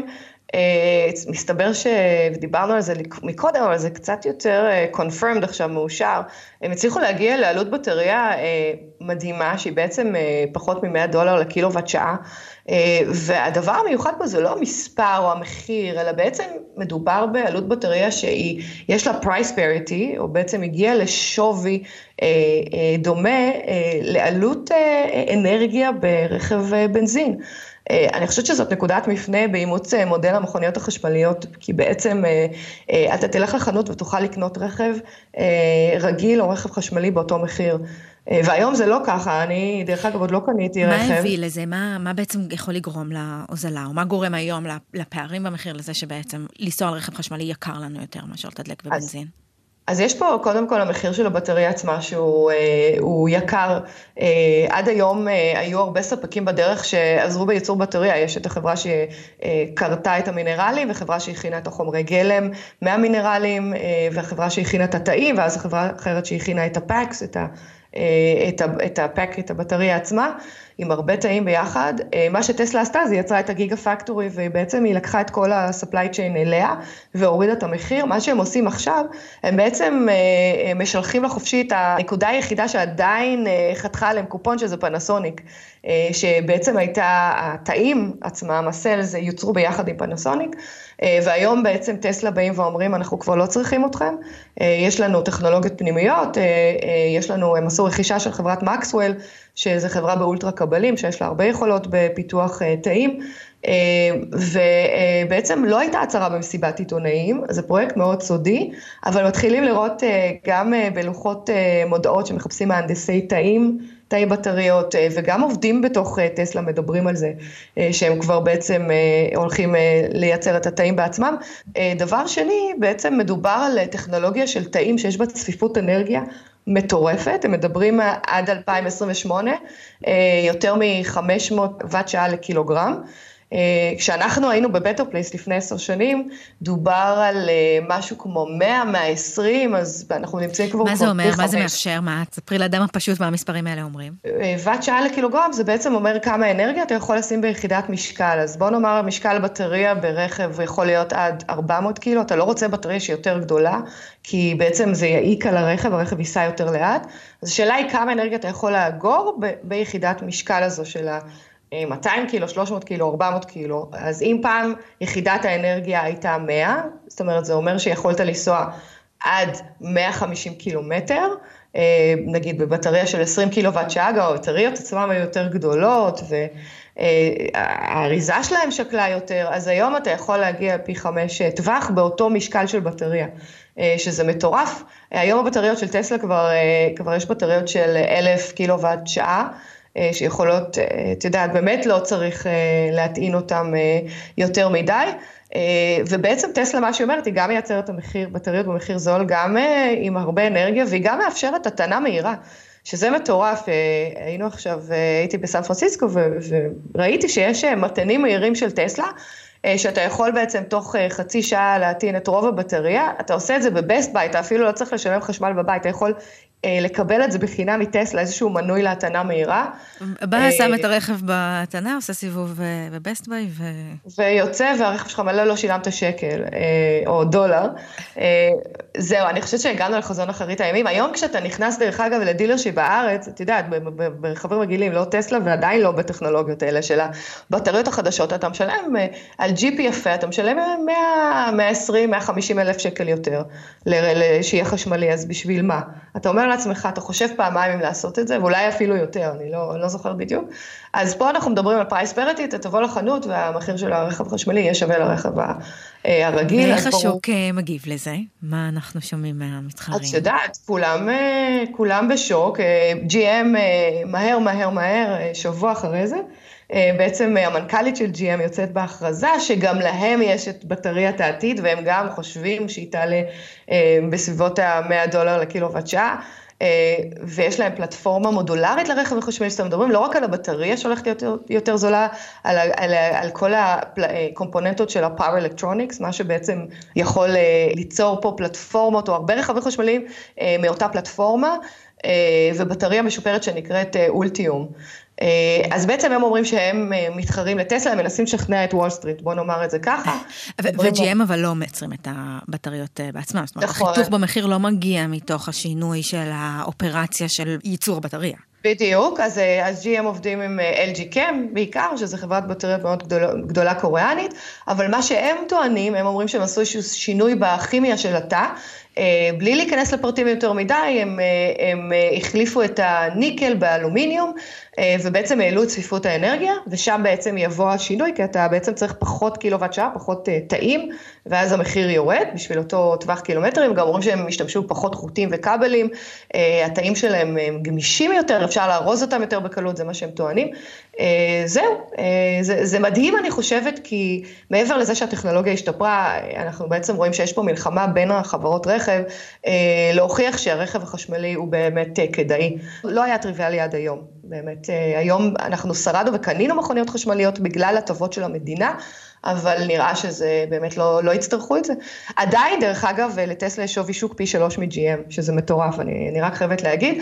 מסתבר שדיברנו על זה מקודם, אבל זה קצת יותר confirmed עכשיו, מאושר. הם הצליחו להגיע לעלות בטריה מדהימה, שהיא בעצם פחות מ-מאה דולר לקילוואט שעה, והדבר המיוחד פה זה לא המספר או המחיר, אלא בעצם מדובר בעלות בטריה שיש לה price parity, או בעצם הגיעה לשווי דומה לעלות אנרגיה ברכב בנזין. אני חושבת שזאת נקודת מפנה באימוץ מודל המכוניות החשמליות, כי בעצם אתה תלך לחנות ותוכל לקנות רכב רגיל או רכב חשמלי באותו מחיר. והיום זה לא ככה, אני דרך אגב עוד לא קניתי רכב. מה הביא לזה? מה, מה בעצם יכול לגרום להוזלה? או מה גורם היום לפערים במחיר לזה שבעצם לנסוע על רכב חשמלי יקר לנו יותר מאשר לתדלק בבנזין? אז... אז יש פה קודם כל המחיר של הבטריה עצמה שהוא הוא יקר, עד היום היו הרבה ספקים בדרך שעזרו בייצור בטריה, יש את החברה שקרתה את המינרלים וחברה שהכינה את החומרי גלם מהמינרלים והחברה שהכינה את התאים ואז החברה אחרת שהכינה את הפאקס, את ה... את, את הפק, את הבטריה עצמה, עם הרבה תאים ביחד. מה שטסלה עשתה, זה יצרה את הגיגה פקטורי, ובעצם היא לקחה את כל ה-supply chain אליה, והורידה את המחיר. מה שהם עושים עכשיו, הם בעצם משלחים לחופשי את הנקודה היחידה שעדיין חתכה עליהם קופון, שזה פנסוניק, שבעצם הייתה, התאים עצמם, הסלס, יוצרו ביחד עם פנסוניק, והיום בעצם טסלה באים ואומרים, אנחנו כבר לא צריכים אתכם, יש לנו טכנולוגיות פנימיות, יש לנו, הם עשו רכישה של חברת מקסוול, שזו חברה באולטרה קבלים, שיש לה הרבה יכולות בפיתוח תאים, ובעצם לא הייתה הצהרה במסיבת עיתונאים, זה פרויקט מאוד סודי, אבל מתחילים לראות גם בלוחות מודעות שמחפשים מהנדסי תאים, תאי בטריות, וגם עובדים בתוך טסלה מדברים על זה, שהם כבר בעצם הולכים לייצר את התאים בעצמם. דבר שני, בעצם מדובר על טכנולוגיה של תאים שיש בה צפיפות אנרגיה מטורפת, הם מדברים עד אלפיים עשרים ושמונה, יותר מ-חמש מאות ואט שעה לקילוגרם, כשאנחנו היינו בבטר פלייס לפני עשר שנים, דובר על משהו כמו מאה, מאה ועשרים, אז אנחנו נמצאים כבר... מה זה אומר? מה זה מאפשר? מה? תספרי לאדם הפשוט מה המספרים האלה אומרים. ואט שעה לקילוגרם, זה בעצם אומר כמה אנרגיה אתה יכול לשים ביחידת משקל, אז בוא נאמר, המשקל בטריה ברכב יכול להיות עד ארבע מאות קילו, אתה לא רוצה בטריה שהיא יותר גדולה, כי בעצם זה יעיק על הרכב, הרכב ייסע יותר לאט, אז השאלה היא כמה אנרגיה אתה יכול לאגור ב- ביחידת משקל הזו של ה... מאתיים קילו, שלוש מאות קילו, ארבע מאות קילו, אז אם פעם יחידת האנרגיה הייתה מאה, זאת אומרת, זה אומר שיכולת לנסוע עד מאה וחמישים קילומטר, נגיד בבטריה של עשרים קילוואט שעה, גם הבטריות עצמם היו יותר גדולות, והאריזה שלהם שקלה יותר, אז היום אתה יכול להגיע פי חמש טווח באותו משקל של בטריה, שזה מטורף. היום הבטריות של טסלה כבר, כבר יש בטריות של אלף קילוואט שעה, שיכולות, את יודעת, באמת לא צריך להטעין אותם יותר מדי, ובעצם טסלה, מה שהיא אומרת, היא גם מייצרת את המחיר, בטריות במחיר זול, גם עם הרבה אנרגיה, והיא גם מאפשרת הטענה מהירה, שזה מטורף. היינו עכשיו, הייתי בסן פרנסיסקו, וראיתי שיש מטענים מהירים של טסלה, שאתה יכול בעצם תוך חצי שעה להטעין את רוב הבטריה, אתה עושה את זה בבסט ביי, אתה אפילו לא צריך לשלם חשמל בבית, אתה יכול לקבל את זה בחינם מטסלה, איזשהו מנוי להתנה מהירה. בא, שם את הרכב בהתנה, עושה סיבוב בבסט ביי, ו... ויוצא, והרכב שלך מלא לא שילמת שקל, או דולר. זהו, אני חושבת שהגענו לחזון אחרית הימים. היום כשאתה נכנס דרך אגב לדילרשיפ בארץ, את יודעת, ברכבים רגילים, לא טסלה, ועדיין לא בטכנולוגיות האלה של הבטריות החדשות, אתה משלם על ג'יפ יפה, אתה משלם מאה, מאה עשרים, מאה וחמישים אלף שקל יותר, שיהיה חשמלי, אז בשביל מה? אתה אומר לעצמך, אתה חושב פעמיים אם לעשות את זה, ואולי אפילו יותר, אני לא, אני לא זוכר בדיוק. אז פה אנחנו מדברים על פרייס פריטי, אתה תבוא לחנות, והמחיר של הרכב החשמלי יהיה שווה לרכב הרגיל. ואיך השוק מגיב לזה? מה אנחנו שומעים מהמתחרים? את יודעת, כולם, כולם בשוק, ג'י אם מהר, מהר, מהר, שבוע אחרי זה, בעצם המנכ"לית של ג'י אם יוצאת בהכרזה, שגם להם יש את בטריית העתיד, והם גם חושבים שהיא תעלה בסביבות ה-מאה דולר לקילוואט שעה, ויש להם פלטפורמה מודולרית לרכב החשמלי, שאתם מדברים לא רק על הבטריה שהולכת יותר, יותר זולה, על, על, על כל הקומפוננטות של ה-Power Electronics, מה שבעצם יכול ליצור פה פלטפורמות, או הרבה רכבים חשמליים מאותה פלטפורמה, ובטריה משופרת שנקראת אולטיום. אז בעצם הם אומרים שהם מתחרים לטסלה, הם מנסים לשכנע את וול סטריט, בוא נאמר את זה ככה. ו-ג'י אם אבל לא מייצרים את הבטריות בעצמם, זאת אומרת, החיתוך במחיר לא מגיע מתוך השינוי של האופרציה של ייצור הבטריה. בדיוק, אז, אז ג'י אם עובדים עם אל ג'י Chem בעיקר, שזו חברת בטריות מאוד גדולה, גדולה קוריאנית, אבל מה שהם טוענים, הם אומרים שהם עשו איזשהו שינוי בכימיה של התא, בלי להיכנס לפרטים יותר מדי, הם, הם החליפו את הניקל באלומיניום, ובעצם העלו את צפיפות האנרגיה, ושם בעצם יבוא השינוי, כי אתה בעצם צריך פחות קילוואט שעה, פחות תאים, ואז המחיר יורד, בשביל אותו טווח קילומטרים, גם אומרים שהם השתמשו פחות חוטים וכבלים, התאים שלהם הם גמישים יותר, אפשר לארוז אותם יותר בקלות, זה מה שהם טוענים. זהו, זה, זה מדהים אני חושבת, כי מעבר לזה שהטכנולוגיה השתפרה, אנחנו בעצם רואים שיש פה מלחמה בין החברות רכב, להוכיח שהרכב החשמלי הוא באמת כדאי. לא היה טריוויאלי עד היום, באמת. היום אנחנו שרדנו וקנינו מכוניות חשמליות בגלל הטבות של המדינה, אבל נראה שזה באמת לא, לא יצטרכו את זה. עדיין, דרך אגב, לטסלה יש שווי שוק פי שלוש מ-ג'י אם, שזה מטורף, אני, אני רק חייבת להגיד.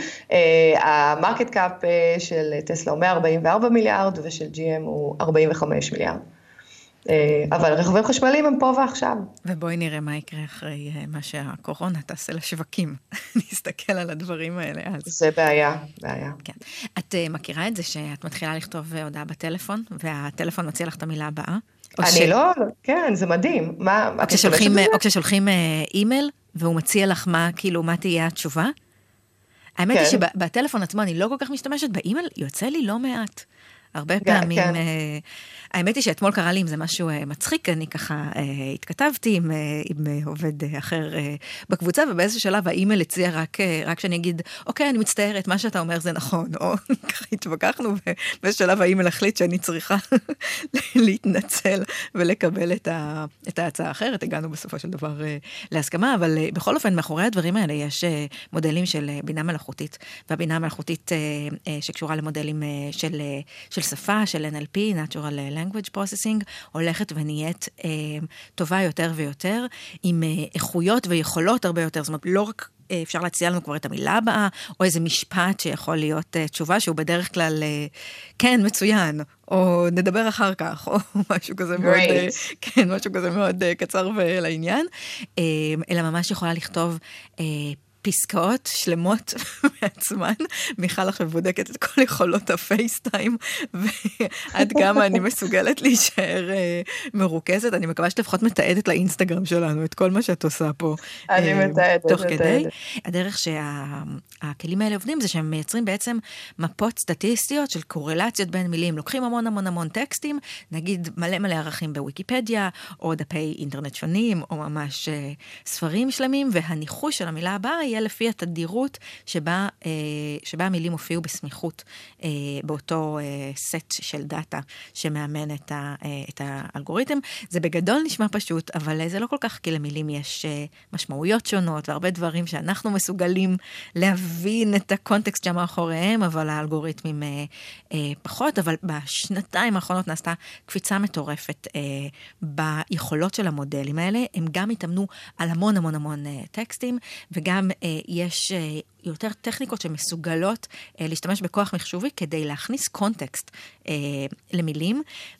המרקט קאפ של טסלה הוא מאה ארבעים וארבעה מיליארד, ושל ג'י אם הוא ארבעים וחמישה מיליארד. אבל רכבים חשמליים הם פה ועכשיו. ובואי נראה מה יקרה אחרי מה שהקורונה תעשה לשווקים. נסתכל על הדברים האלה אז. זה בעיה, בעיה. כן. את מכירה את זה שאת מתחילה לכתוב הודעה בטלפון, והטלפון מציע לך את המילה הבאה? אני לא, כן, זה מדהים. או כששולחים אימייל, והוא מציע לך מה, כאילו, מה תהיה התשובה? האמת היא שבטלפון עצמו אני לא כל כך משתמשת, באימייל יוצא לי לא מעט. הרבה פעמים, האמת היא שאתמול קרה לי אם זה משהו מצחיק, אני ככה התכתבתי עם, עם עובד אחר בקבוצה, ובאיזשהו שלב האימייל הציע רק, רק שאני אגיד, אוקיי, אני מצטערת, מה שאתה אומר זה נכון, או ככה התווכחנו, ובאיזשהו שלב האימייל החליט שאני צריכה להתנצל ולקבל את, ה, את ההצעה האחרת, הגענו בסופו של דבר להסכמה, אבל בכל אופן, מאחורי הדברים האלה יש מודלים של בינה מלאכותית, והבינה המלאכותית שקשורה למודלים של, של שפה, של אן אל פי, Natural Language Processing, הולכת ונהיית אה, טובה יותר ויותר, עם אה, איכויות ויכולות הרבה יותר, זאת אומרת, לא רק אה, אפשר להציע לנו כבר את המילה הבאה, או איזה משפט שיכול להיות אה, תשובה, שהוא בדרך כלל, אה, כן, מצוין, או נדבר אחר כך, או משהו כזה מאוד, אה, כן, משהו כזה מאוד אה, קצר ולעניין, אה, אלא ממש יכולה לכתוב אה, פסקאות שלמות מעצמן. מיכל עכשיו בודקת את כל יכולות הפייסטיים, ועד כמה אני מסוגלת להישאר uh, מרוכזת. אני מקווה שלפחות מתעדת לאינסטגרם שלנו את כל מה שאת עושה פה. אני uh, מתעדת. תוך מתעדת. כדי. הדרך שהכלים האלה עובדים זה שהם מייצרים בעצם מפות סטטיסטיות של קורלציות בין מילים. לוקחים המון המון המון טקסטים, נגיד מלא מלא ערכים בוויקיפדיה, או דפי אינטרנט שונים, או ממש uh, ספרים שלמים, והניחוש של המילה הבאה יהיה לפי התדירות שבה, שבה המילים הופיעו בסמיכות באותו סט של דאטה שמאמן את, ה, את האלגוריתם. זה בגדול נשמע פשוט, אבל זה לא כל כך, כי למילים יש משמעויות שונות, והרבה דברים שאנחנו מסוגלים להבין את הקונטקסט שמאחוריהם, אבל האלגוריתמים פחות, אבל בשנתיים האחרונות נעשתה קפיצה מטורפת ביכולות של המודלים האלה. הם גם התאמנו על המון המון המון טקסטים, וגם יש יותר טכניקות שמסוגלות להשתמש בכוח מחשובי כדי להכניס קונטקסט למילים,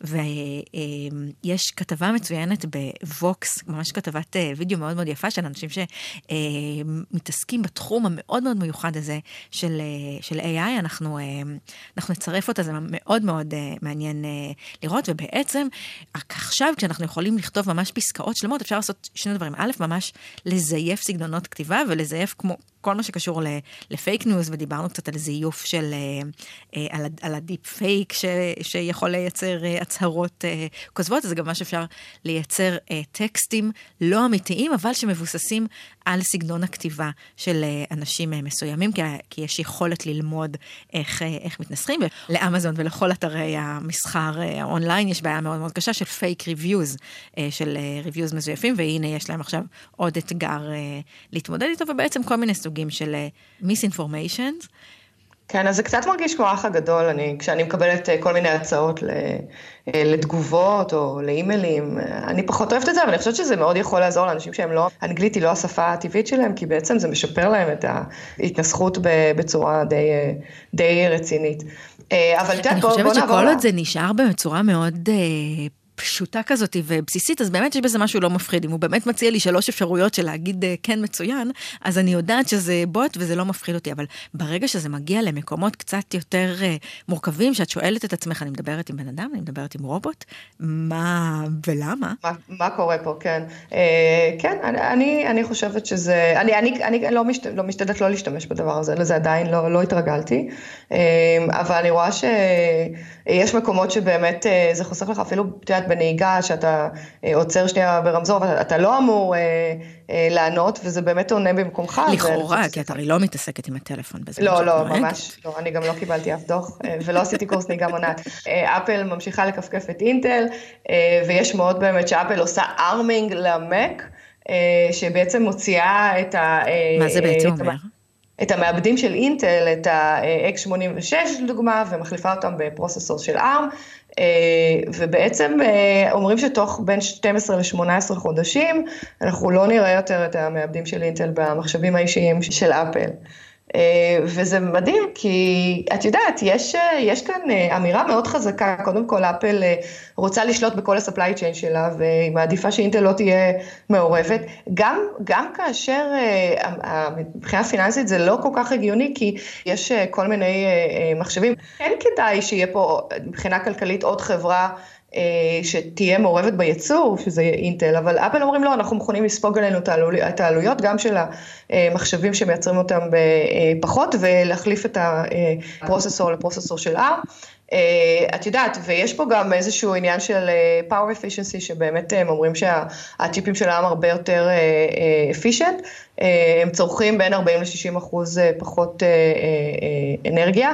ויש כתבה מצוינת בווקס, ממש כתבת וידאו מאוד מאוד יפה של אנשים שמתעסקים בתחום המאוד מאוד מיוחד הזה של, של איי איי, אנחנו, אנחנו נצרף אותה, זה מאוד מאוד מעניין לראות, ובעצם עכשיו כשאנחנו יכולים לכתוב ממש פסקאות שלמות, אפשר לעשות שני דברים. א', ממש לזייף סגנונות כתיבה, ולזייף כמו כל מה שקשור לפייק ניוז, ודיברנו קצת על זיוף של, על, על הדיפ פייק ש, שיכול לייצר הצהרות כוזבות, אז זה גם מה שאפשר לייצר טקסטים לא אמיתיים, אבל שמבוססים על סגנון הכתיבה של אנשים מסוימים, כי, כי יש יכולת ללמוד איך, איך מתנסחים. לאמזון ולכל אתרי המסחר האונליין יש בעיה מאוד מאוד קשה של פייק ריוויוז, של ריוויוז מזויפים, והנה יש להם עכשיו עוד אתגר להתמודד איתו, ובעצם כל מיני סוגים של misinformation. כן, אז זה קצת מרגיש כמו האח הגדול, אני, כשאני מקבלת כל מיני הצעות לתגובות או לאימיילים, אני פחות אוהבת את זה, אבל אני חושבת שזה מאוד יכול לעזור לאנשים שהם לא, אנגלית היא לא השפה הטבעית שלהם, כי בעצם זה משפר להם את ההתנסחות בצורה די, די רצינית. אבל אני חושבת שכל עוד זה נשאר בצורה מאוד פשוטה כזאת ובסיסית, אז באמת יש בזה משהו לא מפחיד. אם הוא באמת מציע לי שלוש אפשרויות של להגיד כן מצוין, אז אני יודעת שזה בוט וזה לא מפחיד אותי, אבל ברגע שזה מגיע למקומות קצת יותר מורכבים, שאת שואלת את עצמך, אני מדברת עם בן אדם, אני מדברת עם רובוט, מה ולמה? מה, מה קורה פה, כן. כן, אני, אני חושבת שזה, אני, אני, אני לא, משת, לא משתדלת לא להשתמש בדבר הזה, לזה עדיין לא, לא התרגלתי, אבל אני רואה שיש מקומות שבאמת זה חוסך לך אפילו, תיאת, בנהיגה, שאתה עוצר שנייה ברמזור, ואתה לא אמור לענות, וזה באמת עונה במקומך. לכאורה, כי אתה הרי לא מתעסקת עם הטלפון בזה. לא, לא, ממש לא. אני גם לא קיבלתי אף דוח, ולא עשיתי קורס נהיגה מונעת. אפל ממשיכה לכפכף את אינטל, ויש מאוד באמת שאפל עושה ארמינג למק, שבעצם מוציאה את ה... מה זה בעצם אומר? את המעבדים של אינטל, את ה-אקס שמונים ושש לדוגמה, ומחליפה אותם בפרוססור של ארם, ובעצם אומרים שתוך בין שתים עשרה לשמונה עשרה חודשים, אנחנו לא נראה יותר את המעבדים של אינטל במחשבים האישיים של אפל. וזה מדהים, כי את יודעת, יש, יש כאן אמירה מאוד חזקה, קודם כל אפל רוצה לשלוט בכל הספליי צ'יין שלה, והיא מעדיפה שאינטל לא תהיה מעורבת, גם, גם כאשר מבחינה פיננסית זה לא כל כך הגיוני, כי יש כל מיני מחשבים, כן כדאי שיהיה פה מבחינה כלכלית עוד חברה, שתהיה מעורבת בייצור, שזה אינטל, אבל אפל אומרים לא, אנחנו מוכנים לספוג עלינו את העלויות, גם של המחשבים שמייצרים אותם בפחות, ולהחליף את הפרוססור לפרוססור של ארם. את יודעת, ויש פה גם איזשהו עניין של power efficiency, שבאמת הם אומרים שהצ'יפים של ארם הרבה יותר efficient, הם צורכים בין ארבעים לשישים אחוז פחות אנרגיה,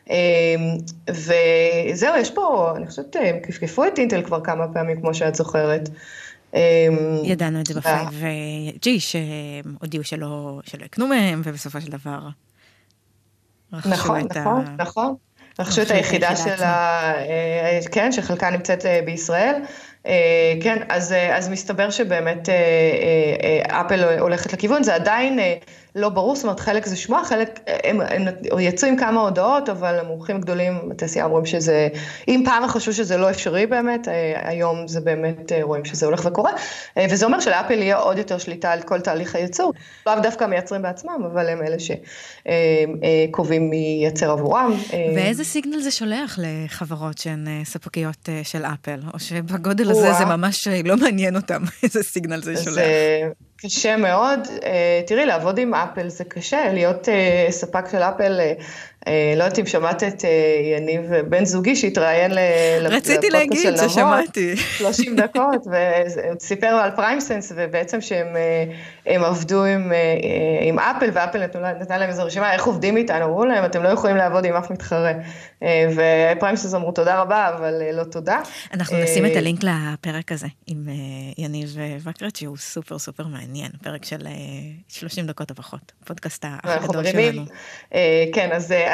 וזהו, יש פה, אני חושבת, הם כפכפו את אינטל כבר כמה פעמים, כמו שאת זוכרת. ידענו את זה בפייב ג'י, שהודיעו שלא יקנו מהם, ובסופו של דבר נכון, נכון, נכון. רכשו את היחידה שלה, כן, שחלקה נמצאת בישראל, כן, אז, אז מסתבר שבאמת אפל הולכת לכיוון, זה עדיין לא ברור, זאת אומרת, חלק זה שמוע, חלק, הם, הם יצאו עם כמה הודעות, אבל המומחים גדולים בתעשייה אומרים שזה, אם פעם חשבו שזה לא אפשרי באמת, היום זה באמת רואים שזה הולך וקורה, וזה אומר שלאפל יהיה עוד יותר שליטה על כל תהליך הייצור, לאו דווקא מייצרים בעצמם, אבל הם אלה שקובעים מי ייצר עבורם. ואיזה סיגנל זה שולח לחברות שהן ספקיות של אפל, או שבגודל הזה זה ממש לא מעניין אותם, איזה סיגנל זה שולח? קשה מאוד, תראי, לעבוד עם אפל זה קשה, להיות ספק של אפל, לא יודעת אם שמעת את יניב בן זוגי שהתראיין לפודקאסט של נבות. רציתי להגיד ששמעתי. שלושים דקות, וסיפר על פריימסנס, ובעצם שהם עבדו עם, עם אפל, ואפל נתנה להם איזו רשימה, איך עובדים איתנו, אמרו להם, אתם לא יכולים לעבוד עם אף מתחרה. ופריימסנס אמרו תודה רבה, אבל לא תודה. אנחנו נשים את הלינק לפרק הזה, עם יניב וקרט, שהוא סופר סופר מעניין, פרק של שלושים דקות הפחות, פודקאסט הגדול שלנו. כן, אז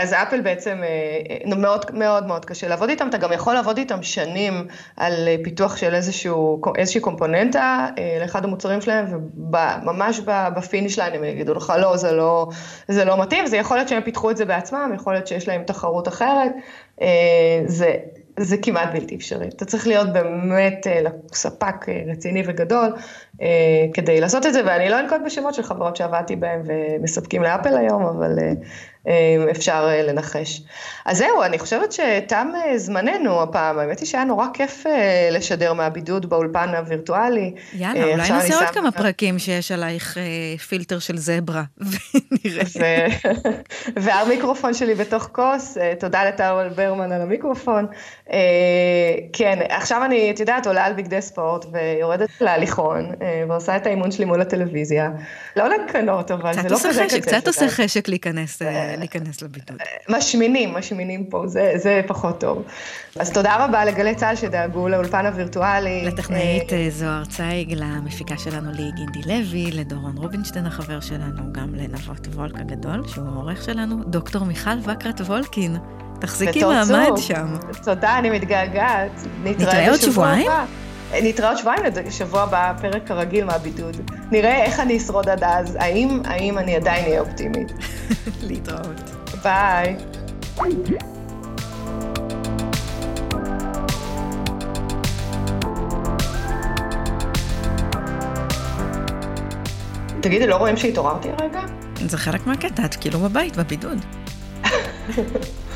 אז אפל בעצם מאוד מאוד מאוד קשה לעבוד איתם, אתה גם יכול לעבוד איתם שנים על פיתוח של איזשהו, איזושהי קומפוננטה לאחד המוצרים שלהם, וממש בפיניש ליין הם יגידו לך, לא, זה לא, זה לא מתאים, זה יכול להיות שהם פיתחו את זה בעצמם, יכול להיות שיש להם תחרות אחרת, זה, זה כמעט בלתי אפשרי. אתה צריך להיות באמת ספק רציני וגדול, כדי לעשות את זה, ואני לא אנקוט בשמות של חברות שעבדתי בהן ומספקים לאפל היום, אבל אפשר לנחש. אז זהו, אני חושבת שתם זמננו הפעם, האמת היא שהיה נורא כיף לשדר מהבידוד באולפן הווירטואלי. יאללה, אולי נעשה עוד כמה פרקים שיש עלייך פילטר של זברה, ונראה. והמיקרופון שלי בתוך כוס, תודה לטאול ברמן על המיקרופון. כן, עכשיו אני, את יודעת, עולה על בגדי ספורט, ויורדת להליכון, ועושה את האימון שלי מול הטלוויזיה. לא לקנות, אבל זה לא כזה קצת. קצת עושה חשק להיכנס להיכנס לבידוד. משמינים, משמינים פה, זה, זה פחות טוב. אז תודה רבה לגלי צהל שדאגו לאולפן הווירטואלי. לטכנאית זוהר צייג, למפיקה שלנו לגינדי לוי, לדורון רובינשטיין החבר שלנו, גם לנבות וולק הגדול, שהוא העורך שלנו, דוקטור מיכל וקרת וולקין. תחזיקי מעמד שם. תודה, אני מתגעגעת. נתראה עוד שבועיים? נתראה עוד שבועיים, שבוע בפרק הרגיל מהבידוד. נראה איך אני אשרוד עד אז, האם, האם אני עדיין אהיה אופטימית. להתראות. ביי. תגידי, לא רואים שהתעוררתי הרגע? זה חלק מהקטע, את כאילו בבית, בבידוד.